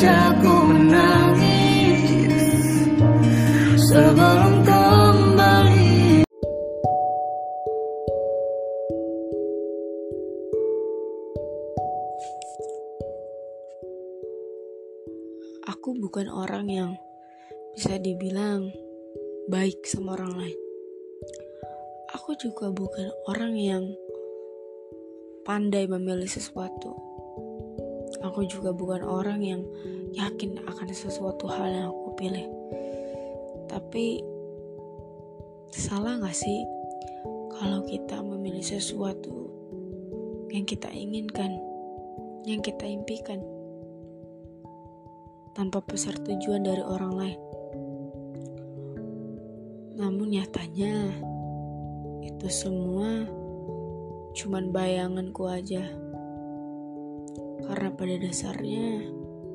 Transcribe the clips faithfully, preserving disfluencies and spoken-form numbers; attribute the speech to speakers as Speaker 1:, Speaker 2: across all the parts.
Speaker 1: ajakku menangis sebelum kembali.
Speaker 2: Aku bukan orang yang bisa dibilang baik sama orang lain. Aku juga bukan orang yang pandai memilih sesuatu. Aku juga bukan orang yang yakin akan sesuatu hal yang aku pilih. Tapi salah gak sih kalau kita memilih sesuatu yang kita inginkan, yang kita impikan, tanpa persetujuan dari orang lain? Namun nyatanya itu semua cuman bayanganku aja. Karena pada dasarnya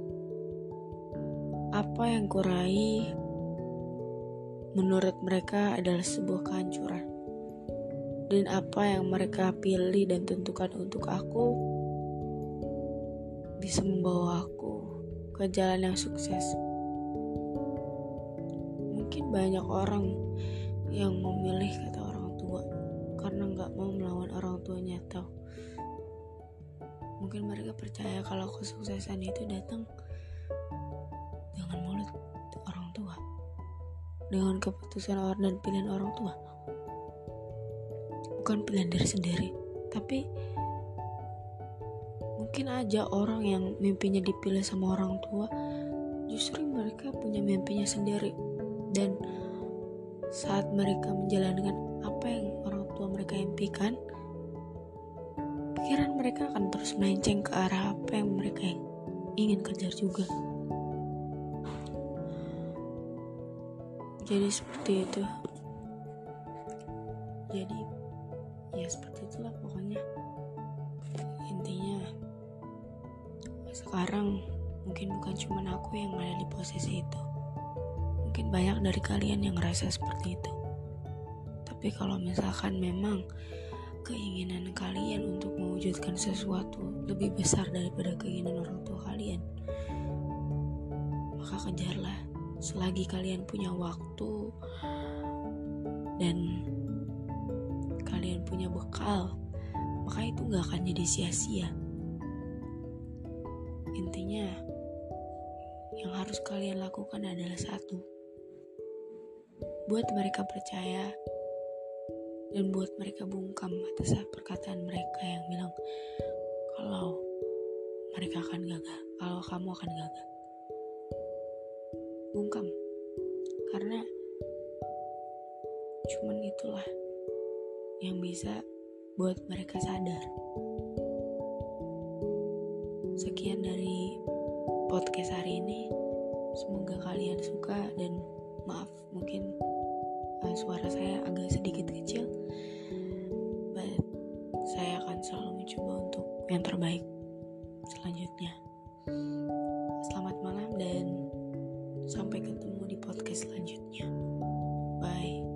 Speaker 2: apa yang kuraih menurut mereka adalah sebuah kehancuran. Dan apa yang mereka pilih dan tentukan untuk aku bisa membawa aku ke jalan yang sukses. Mungkin banyak orang yang memilih kata orang tua karena gak mau melawan orang tuanya, atau mungkin mereka percaya kalau kesuksesan itu datang dengan mulut orang tua, dengan keputusan orang dan pilihan orang tua, bukan pilihan diri sendiri. Tapi mungkin aja orang yang mimpinya dipilih sama orang tua, justru mereka punya mimpinya sendiri. Dan saat mereka menjalankan apa yang orang tua mereka impikan, pikiran mereka akan terus melenceng ke arah apa yang mereka ingin kejar juga. Jadi seperti itu. Jadi ya seperti itulah pokoknya. Intinya sekarang mungkin bukan cuma aku yang ada di posisi itu. Mungkin banyak dari kalian yang ngerasa seperti itu. Tapi kalau misalkan memang keinginan kalian untuk mewujudkan sesuatu lebih besar daripada keinginan orang tua kalian, maka kejarlah selagi kalian punya waktu dan kalian punya bekal, maka itu gak akan jadi sia-sia. Intinya yang harus kalian lakukan adalah satu, buat mereka percaya dan buat mereka bungkam atas perkataan mereka yang bilang kalau mereka akan gagal, kalau kamu akan gagal. Bungkam, karena cuman itulah yang bisa buat mereka sadar. Sekian dari podcast hari ini. Semoga kalian suka, dan maaf mungkin uh, suara saya agak sedikit kecil, but saya akan selalu mencoba untuk yang terbaik selanjutnya. Selamat malam dan sampai ketemu di podcast selanjutnya. Bye.